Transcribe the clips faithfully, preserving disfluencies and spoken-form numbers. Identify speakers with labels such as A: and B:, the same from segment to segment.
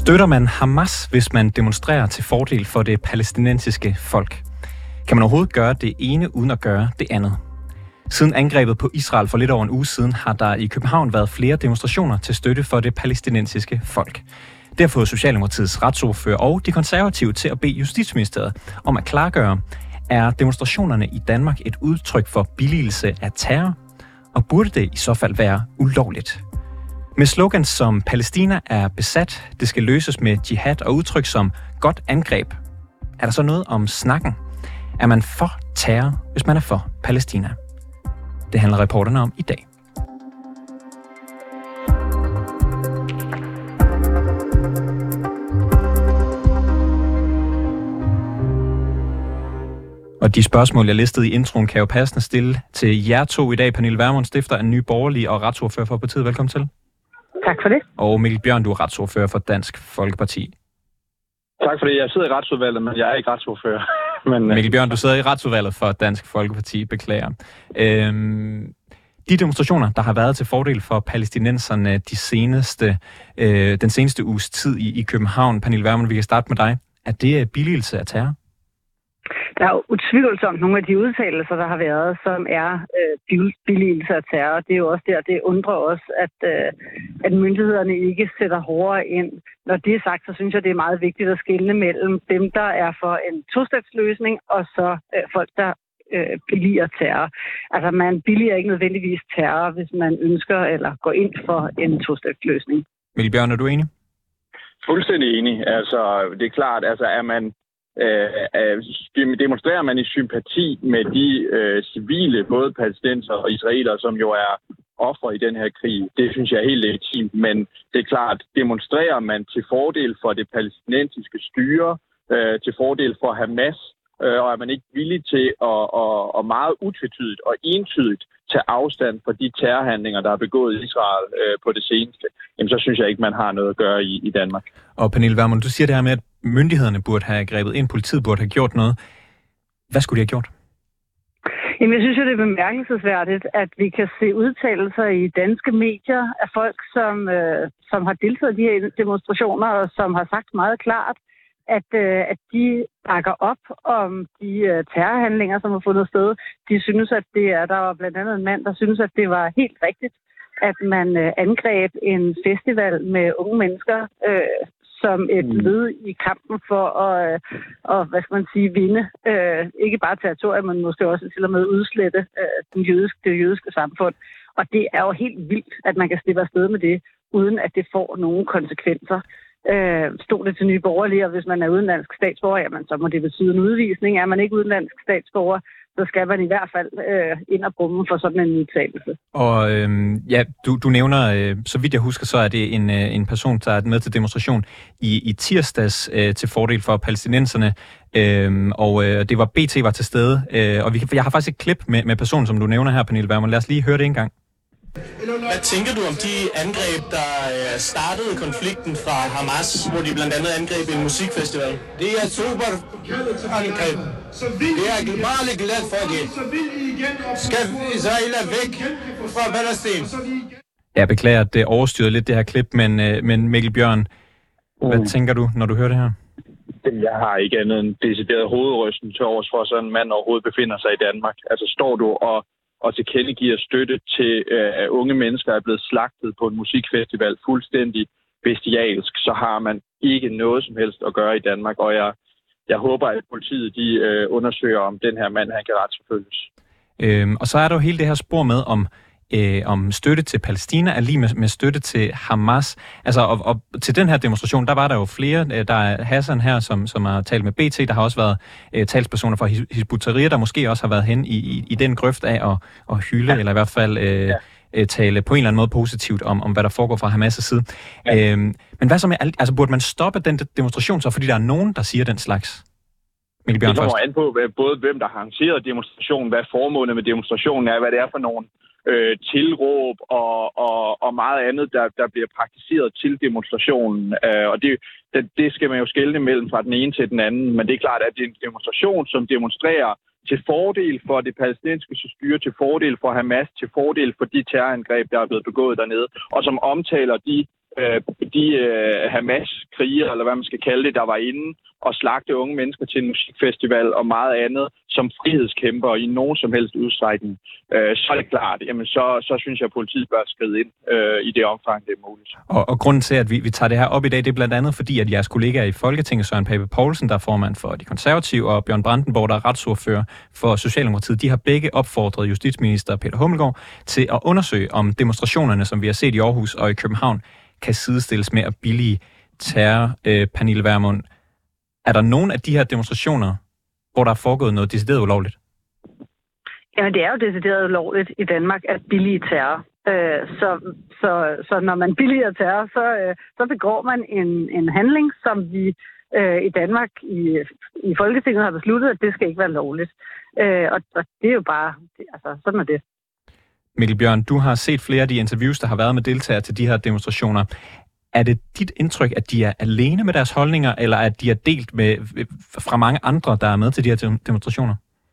A: Støtter man Hamas, hvis man demonstrerer til fordel for det palæstinensiske folk? Kan man overhovedet gøre det ene uden at gøre det andet? Siden angrebet på Israel for lidt over en uge siden, har der i København været flere demonstrationer til støtte for det palæstinensiske folk. Det har fået Socialdemokratiets retsordfører og de konservative til at bede Justitsministeriet om at klargøre, er demonstrationerne i Danmark et udtryk for billigelse af terror, og burde det i så fald være ulovligt? Med slogans som Palæstina er besat, det skal løses med jihad og udtryk som godt angreb, er der så noget om snakken? Er man for terror, hvis man er for Palæstina? Det handler reporterne om i dag. Og de spørgsmål, jeg listede i introen, kan jo passende stille til jer to i dag. Pernille Vermund, stifter af Nye Borgerlige og retsordfører for partiet. Velkommen til.
B: Tak for det.
A: Og Mikkel Bjørn, du er retsordfører for Dansk Folkeparti.
C: Tak for det. Jeg sidder i retsudvalget, men jeg er ikke retsordfører. men,
A: Mikkel Bjørn, du sidder i retsudvalget for Dansk Folkeparti. Beklager. Øhm, de demonstrationer, der har været til fordel for palæstinenserne de seneste, øh, den seneste uges tid i, i København. Pernille Vermund, vi kan starte med dig. Er det billigelse af terror?
B: Der er jo utvivlsomt nogle af de udtalelser, der har været, som er øh, billigelse af terror. Det er jo også der, det undrer os, at, øh, at myndighederne ikke sætter hårdere ind. Når det er sagt, så synes jeg, det er meget vigtigt at skelne mellem dem, der er for en tostatsløsning, og så øh, folk, der øh, billiger terror. Altså, man billiger ikke nødvendigvis terror, hvis man ønsker eller går ind for en tostatsløsning.
A: Mikkel Bjørn, er du enig?
C: Fuldstændig enig. Altså, det er klart, altså er man Øh, demonstrerer man i sympati med de øh, civile, både palæstinenser og israelere, som jo er ofre i den her krig. Det synes jeg er helt legitimt, men det er klart, demonstrerer man til fordel for det palæstinensiske styre, øh, til fordel for Hamas, øh, og er man ikke villig til at og, og meget utvetydigt og entydigt tage afstand for de terrorhandlinger, der er begået i Israel øh, på det seneste, jamen så synes jeg ikke, man har noget at gøre i, i Danmark.
A: Og Pernille Vermund, du siger det her med, at myndighederne burde have grebet ind, politiet burde have gjort noget. Hvad skulle de have gjort?
B: Jamen, jeg synes jo, det er bemærkelsesværdigt, at vi kan se udtalelser i danske medier af folk, som, øh, som har deltaget i de her demonstrationer, og som har sagt meget klart, at, øh, at de bakker op om de øh, terrorhandlinger, som har fundet sted. De synes, at det er, der var blandt andet en mand, der synes, at det var helt rigtigt, at man øh, angreb en festival med unge mennesker, øh, som et led i kampen for at, øh, og, hvad skal man sige, vinde. Øh, ikke bare territoriet, men måske også til og med udslette øh, den jødiske, det jødiske samfund. Og det er jo helt vildt, at man kan slippe afsted med det, uden at det får nogen konsekvenser. Øh, stod det til Nye Borgerlige, og hvis man er udenlandsk statsborger, jamen, så må det betyde en udvisning. Er man ikke udenlandsk statsborger, så skal man i hvert fald øh, ind og brumme for sådan en udtalelse.
A: Og øh, ja, du, du nævner, øh, så vidt jeg husker, så er det en, øh, en person, der er med til demonstration i, i tirsdags øh, til fordel for palæstinenserne, øh, og øh, det var B T var til stede, øh, og vi, jeg har faktisk et klip med, med personen, som du nævner her, Pernille Vermund. Lad os lige høre det en gang.
D: Hvad tænker du om de angreb, der startede konflikten fra Hamas, hvor de blandt andet angreb en musikfestival?
E: Det er super angreb. Det er jeg meget glad for det. Skal Israel væk fra Palæstina?
A: Jeg beklager, at det overstyrede lidt det her klip, men, men Mikkel Bjørn, hvad uh. tænker du, når du hører det her?
C: Jeg har ikke andet end decideret hovedrysten til overs for, sådan en mand overhovedet befinder sig i Danmark. Altså står du og og tilkendegiver støtte til, øh, at unge mennesker er blevet slagtet på en musikfestival fuldstændig bestialsk, så har man ikke noget som helst at gøre i Danmark. Og jeg, jeg håber, at politiet de, øh, undersøger, om den her mand han kan retsforfølges.
A: Øhm, og så er der jo hele det her spor med, om, øh, om støtte til Palæstina er lige med, med støtte til Hamas. Altså, og, og til den her demonstration, der var der jo flere. Der er Hassan her, som, som har talt med B T. Der har også været øh, talspersoner fra Hizb ut-Tahrir, der måske også har været hen i, i, i den grøft af at, at hylde, ja. eller i hvert fald øh, ja. tale på en eller anden måde positivt om, om hvad der foregår fra Hamas' side. Ja. Øhm, men hvad så med, altså burde man stoppe den demonstration så, fordi der er nogen, der siger den slags? Mikkel Bjørn,
C: det kommer an på både hvem, der har arrangeret demonstrationen, hvad formålet med demonstrationen er, hvad det er for nogen øh, tilråb og, og, og meget andet, der, der bliver praktiseret til demonstrationen. Øh, og det, det, det skal man jo skelne mellem fra den ene til den anden. Men det er klart, at det er en demonstration, som demonstrerer til fordel for det palæstinensiske styre, til fordel for Hamas, til fordel for de terrorangreb, der er blevet begået dernede, og som omtaler de, øh, de øh, Hamas krigere, eller hvad man skal kalde det, der var inde og slagte unge mennesker til en musikfestival og meget andet som frihedskæmper i nogen som helst udstrækning, øh, så er det klart, jamen så, så synes jeg, at politiet bør skride ind øh, i det omfang, det er muligt.
A: Og, og grunden til, at vi, vi tager det her op i dag, det er blandt andet fordi, at jeres kollegaer i Folketinget, Søren Pape Poulsen, der er formand for De Konservative, og Bjørn Brandenborg, der er retsordfører for Socialdemokratiet, de har begge opfordret justitsminister Peter Hummelgaard til at undersøge, om demonstrationerne, som vi har set i Aarhus og i København, kan sidestilles med at billige terror. Øh, Pernille Vermund, er der nogen af de her demonstrationer, hvor der er foregået noget decideret ulovligt?
B: Jamen, det er jo decideret ulovligt i Danmark at billige terror. Øh, så, så, så når man billiger terror, så, øh, så begår man en, en handling, som vi øh, i Danmark i, i Folketinget har besluttet, at det skal ikke være lovligt. Øh, og, og det er jo bare, det, altså sådan er det.
A: Mikkel Bjørn, du har set flere af de interviews, der har været med deltagere til de her demonstrationer. Er det dit indtryk, at de er alene med deres holdninger, eller at de er delt med, fra mange andre, der er med til de her demonstrationer?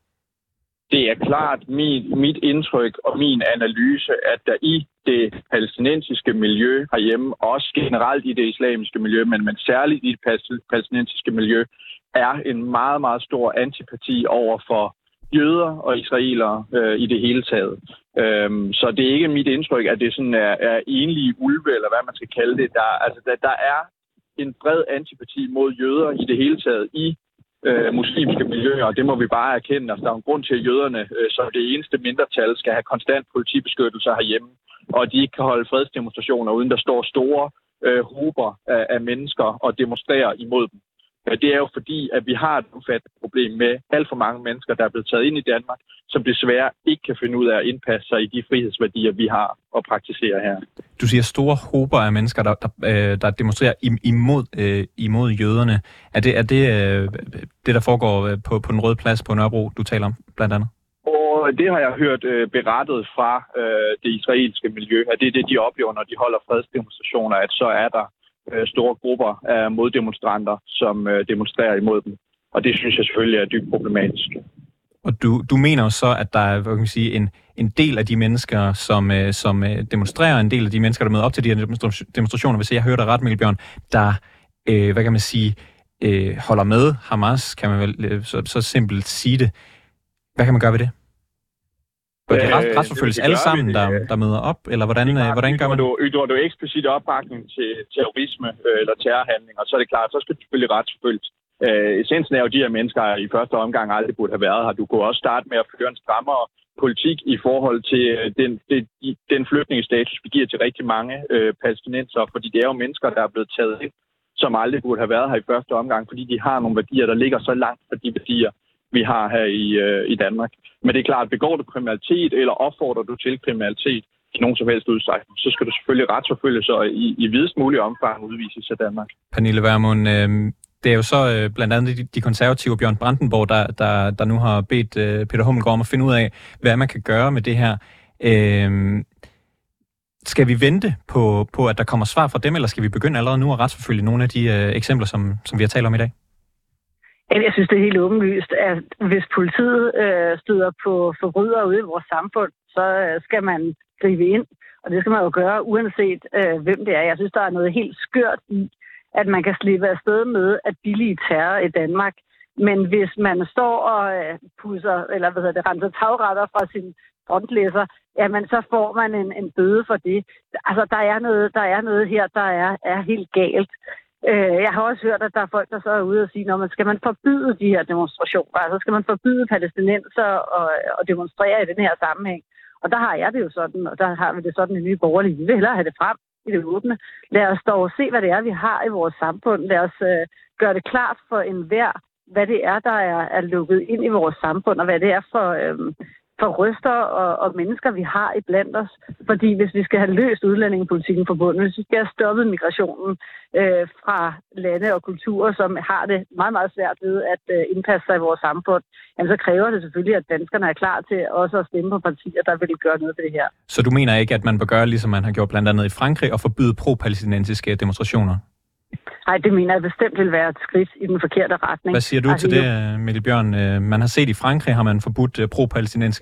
C: Det er klart mit, mit indtryk og min analyse, at der i det palæstinensiske miljø herhjemme, også generelt i det islamiske miljø, men, men særligt i det palæstinensiske miljø, er en meget, meget stor antipati over for jøder og israelere øh, i det hele taget. Øhm, så det er ikke mit indtryk, at det sådan er, er enlige ulve, eller hvad man skal kalde det. Der, altså, der, der er en bred antipati mod jøder i det hele taget i øh, muslimske miljøer, og det må vi bare erkende. Altså, der er en grund til, at jøderne øh, som det eneste mindretal skal have konstant politibeskyttelse herhjemme, og at de ikke kan holde fredsdemonstrationer, uden der står store øh, grupper af, af mennesker og demonstrerer imod dem. Det er jo fordi, at vi har et umfattende problem med alt for mange mennesker, der er blevet taget ind i Danmark, som desværre ikke kan finde ud af at indpasse sig i de frihedsværdier, vi har og praktiserer her.
A: Du siger store grupper af mennesker, der, der, der demonstrerer imod, øh, imod jøderne. Er det, er det øh, det, der foregår på, på den Røde Plads på Nørrebro, du taler om blandt andet?
C: Og det har jeg hørt øh, berettet fra øh, det israelske miljø, at det er det, de oplever, når de holder fredsdemonstrationer, at så er der store grupper af moddemonstranter, som øh, demonstrerer imod dem. Og det synes jeg selvfølgelig er dybt problematisk.
A: Og du, du mener jo så, at der er, hvad kan man sige, en, en del af de mennesker, som, øh, som øh, demonstrerer, en del af de mennesker, der møder op til de her demonstrationer, hvis jeg hører dig ret, Mikkel Bjørn, der, øh, hvad kan man sige, øh, holder med Hamas, kan man vel øh, så, så simpelt sige det. Hvad kan man gøre ved det? Bør de ret, retsforfølges alle sammen, der, der møder op, eller hvordan, klart, hvordan gør man det?
C: Ytrer du eksplicit opbakning til terrorisme øh, eller terrorhandlinger, så er det klart, så skal du selvfølgelig retsforfølges. Øh, essensen er jo, de her mennesker i første omgang aldrig burde have været her. Du kunne også starte med at føre en strammere politik i forhold til den, den, den flygtningestatus, vi giver til rigtig mange øh, palæstinenser, fordi det er jo mennesker, der er blevet taget ind, som aldrig burde have været her i første omgang, fordi de har nogle værdier, der ligger så langt fra de værdier, vi har her i, øh, i Danmark. Men det er klart, at begår du kriminalitet, eller opfordrer du til kriminalitet i nogen som helst udstrækning, så skal du selvfølgelig retsforfølges og i, i videst mulig omfang udvises af Danmark.
A: Pernille Vermund, øh, det er jo så øh, blandt andet de, de konservative Bjørn Brandenborg, der, der, der nu har bedt øh, Peter Hummelgaard om at finde ud af, hvad man kan gøre med det her. Øh, skal vi vente på, på, at der kommer svar fra dem, eller skal vi begynde allerede nu at retsforfølge nogle af de øh, eksempler, som, som vi har talt om i dag?
B: Jeg synes, det er helt åbenlyst, at hvis politiet øh, støder på forbrydere ude i vores samfund, så øh, skal man gribe ind. Og det skal man jo gøre, uanset øh, hvem det er. Jeg synes, der er noget helt skørt i, at man kan slippe afsted med at billige terror i Danmark. Men hvis man står og øh, pusser, eller hvad hedder det, renser tagretter fra sin frontlæser, jamen så får man en, en bøde for det. Altså, der er noget, der er noget her, der er, er helt galt. Jeg har også hørt, at der er folk, der så er ude og sige, at man skal man forbyde de her demonstrationer, altså skal man forbyde palæstinenser og, og demonstrere i den her sammenhæng. Og der har jeg det jo sådan, og der har vi det sådan i Nye Borgerlige. Vi vil hellere have det frem i det åbne. Lad os dog se, hvad det er, vi har i vores samfund. Lad os uh, gøre det klart for enhver, hvad det er, der er, er lukket ind i vores samfund, og hvad det er for... Um, for røster og, og mennesker, vi har i blandt os. Fordi hvis vi skal have løst udlændingepolitikken fra bunden, hvis vi skal have stoppet migrationen øh, fra lande og kulturer, som har det meget, meget svært ved at øh, indpasse sig i vores samfund, jamen, så kræver det selvfølgelig, at danskerne er klar til også at stemme på partier, der vil gøre noget ved det her.
A: Så du mener ikke, at man bør gøre, ligesom man har gjort blandt andet i Frankrig, og forbyde pro-palæstinensiske demonstrationer?
B: Nej, det mener jeg bestemt vil være et skridt i den forkerte retning.
A: Hvad siger du altså, til det, Mikkel Bjørn? Man har set i Frankrig, har man forbudt pro-palæstinensiske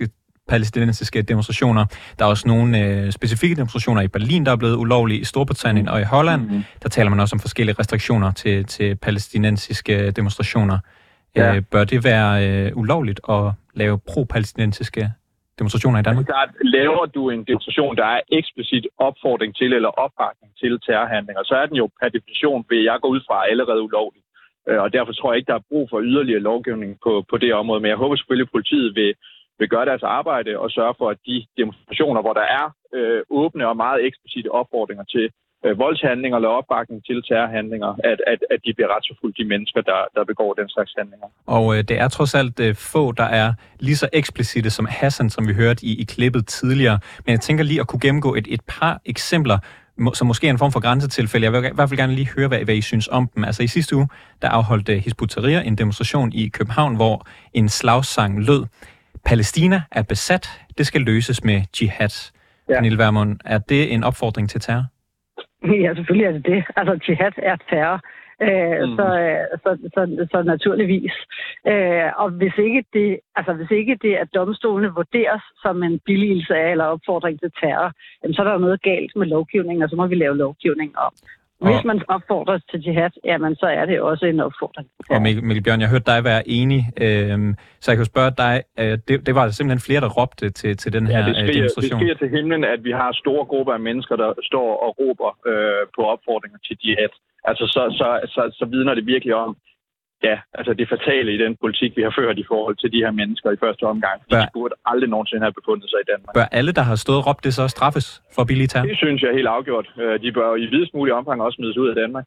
A: pro-palæstinensiske demonstrationer. Der er også nogle øh, specifikke demonstrationer i Berlin, der er blevet ulovlige, i Storbritannien og i Holland. Mm-hmm. Der taler man også om forskellige restriktioner til, til palæstinensiske demonstrationer. Ja. Øh, bør det være øh, ulovligt at lave pro-palæstinensiske demonstrationer i Danmark?
C: Der laver du en demonstration, der er eksplicit opfordring til eller opbakning til terrorhandlinger, så er den jo per definition, vil jeg gå ud fra, allerede ulovlig. Og derfor tror jeg ikke, der er brug for yderligere lovgivning på, på det område. Men jeg håber selvfølgelig, at politiet vil, vil gøre deres arbejde og sørge for, at de demonstrationer, hvor der er øh, åbne og meget eksplicite opfordringer til øh, voldshandlinger eller opbakning til terrorhandlinger, at, at, at de bliver retsforfulgt, de mennesker, der, der begår den slags handlinger.
A: Og øh, det er trods alt øh, få, der er lige så eksplicite som Hassan, som vi hørte i, i klippet tidligere. Men jeg tænker lige at kunne gennemgå et, et par eksempler, som måske er en form for grænsetilfælde. Jeg vil i hvert fald gerne lige høre, hvad, hvad I synes om dem. Altså i sidste uge, der afholdt Hizb ut-Tahrir en demonstration i København, hvor en slagsang lød: Palæstina er besat, det skal løses med jihad. Ja. Pernille Vermund, er det en opfordring til terror?
B: Ja, selvfølgelig er det det. Altså jihad er terror. Øh, mm. så, så, så, så naturligvis. Øh, og hvis ikke, det, altså hvis ikke det at domstolene vurderes som en billigelse af eller opfordring til terror, jamen, så er der noget galt med lovgivningen, og så må vi lave lovgivning om. Hvis og, man opfordrer til jihad, jamen, så er det også en opfordring.
A: Og Mikkel, Mikkel Bjørn, jeg hørte dig være enig, øh, så jeg kan spørge dig, øh, det, det var simpelthen flere, der råbte til, til den her
C: ja, det sker,
A: demonstration.
C: Det sker til himlen, at vi har store grupper af mennesker, der står og råber øh, på opfordringer til jihad. Altså, så, så, så, så vidner det virkelig om, ja, altså det fatale i den politik, vi har ført i forhold til de her mennesker i første omgang. Bør, de burde aldrig nogensinde have befundet sig i Danmark.
A: Bør alle, der har stået og råbt det, så straffes for billig terror?
C: Det synes jeg er helt afgjort. De bør i videst mulig omfang også smides ud af Danmark.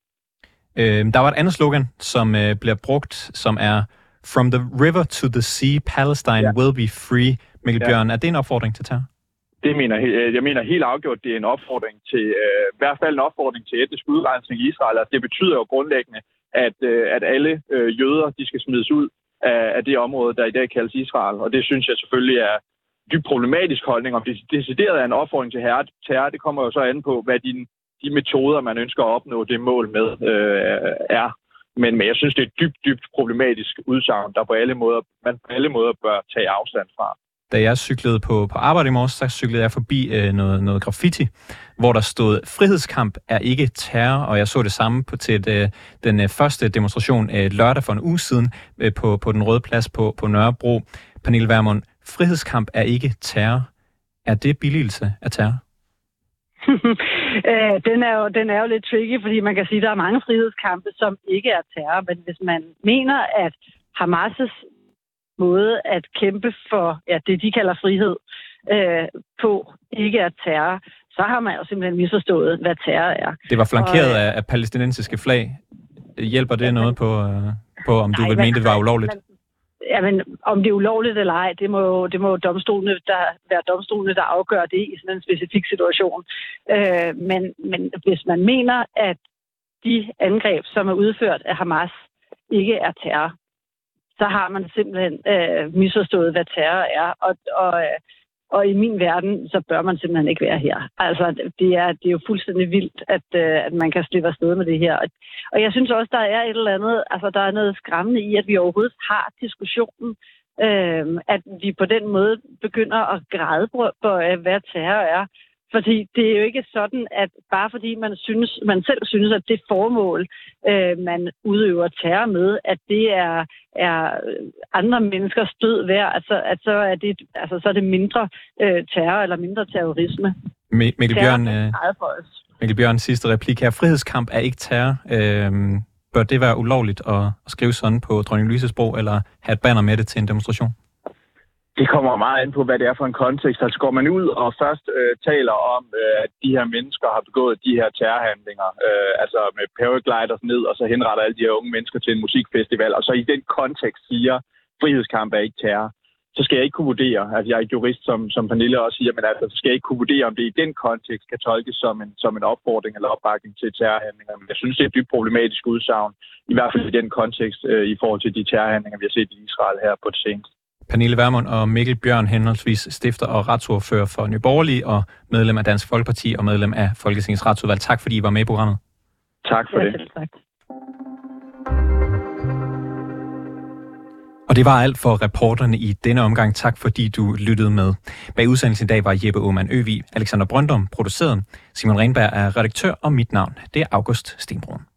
A: Øh, der var et andet slogan, som øh, bliver brugt, som er From the river to the sea, Palestine ja. will be free. Mikkel ja. Bjørn, er det en opfordring til terror?
C: Det mener jeg mener helt afgjort, det er en opfordring til, øh, i hvert fald en opfordring til etnisk udrensning i Israel. Altså, det betyder jo grundlæggende, at, øh, at alle øh, jøder, de skal smides ud af, af det område, der i dag kaldes Israel. Og det synes jeg selvfølgelig er dybt problematisk holdning. Om det decideret er en opfordring til terror, det kommer jo så an på, hvad de, de metoder, man ønsker at opnå det mål med, øh, er. Men, men jeg synes, det er et dybt, dybt problematisk udsagn, der på alle måder, man på alle måder bør tage afstand fra.
A: Da jeg cyklede på, på arbejde i morges, så cyklede jeg forbi øh, noget, noget graffiti, hvor der stod: frihedskamp er ikke terror, og jeg så det samme på, til et, øh, den øh, første demonstration øh, lørdag for en uge siden øh, på, på den Røde Plads på, på Nørrebro. Pernille Vermund, frihedskamp er ikke terror. Er det billigelse af terror?
B: øh, den, er jo, den er jo lidt tricky, fordi man kan sige, at der er mange frihedskampe, som ikke er terror, men hvis man mener, at Hamas' måde at kæmpe for ja, det, de kalder frihed øh, på, ikke er terror, så har man jo simpelthen misforstået, hvad terror er.
A: Det var flankeret og, af, af palæstinensiske flag. Hjælper det ja, noget på, øh, på om nej, du vil mene, det var ulovligt? Men,
B: ja, men om det er ulovligt eller ej, det må, det må domstolene, der, være domstolene, der afgør det i sådan en specifik situation. Øh, men, men hvis man mener, at de angreb, som er udført af Hamas, ikke er terror, så har man simpelthen øh, misforstået, hvad terror er. Og, og, og i min verden, så bør man simpelthen ikke være her. Altså, det er, det er jo fuldstændig vildt, at, øh, at man kan slippe afsted med det her. Og, og jeg synes også, der er et eller andet, altså der er noget skræmmende i, at vi overhovedet har diskussionen. Øh, at vi på den måde begynder at gradbøje, hvad terror er. Fordi det er jo ikke sådan, at bare fordi man synes, man selv synes, at det formål, øh, man udøver terror med, at det er, er andre menneskers død værd, altså, at så er det, altså, så er det mindre øh, terror eller mindre terrorisme.
A: Mikkel Bjørn, øh, Mikkel Bjørn, sidste replik her. Frihedskamp er ikke terror. Øh, bør det være ulovligt at, at skrive sådan på Dronning Louises Bro, eller have et banner med det til en demonstration?
C: Det kommer meget an på, hvad det er for en kontekst. Altså går man ud og først øh, taler om, øh, at de her mennesker har begået de her terrorhandlinger, øh, altså med paragliders ned, og så henretter alle de her unge mennesker til en musikfestival, og så i den kontekst siger, frihedskamp er ikke terror, så skal jeg ikke kunne vurdere, altså jeg er ikke jurist, som, som Pernille også siger, men altså, så skal jeg ikke kunne vurdere, om det i den kontekst kan tolkes som en, som en opfordring eller opbakning til terrorhandlinger. Men jeg synes, det er et dybt problematisk udsagn, i hvert fald i den kontekst, øh, i forhold til de terrorhandlinger, vi har set i Israel her på det seneste.
A: Pernille Vermund og Mikkel Bjørn, henholdsvis stifter og retsordfører for Nye Borgerlige og medlem af Dansk Folkeparti og medlem af Folketingets Retsudvalg. Tak fordi I var med i programmet.
C: Tak for det.
B: Ja, tak.
A: Og det var alt for reporterne i denne omgang. Tak fordi du lyttede med. Bag udsendelsen i dag var Jeppe Aumann Øvig, Alexander Brøndum produceret, Simon Renberg er redaktør, og mit navn det er August Stenbrun.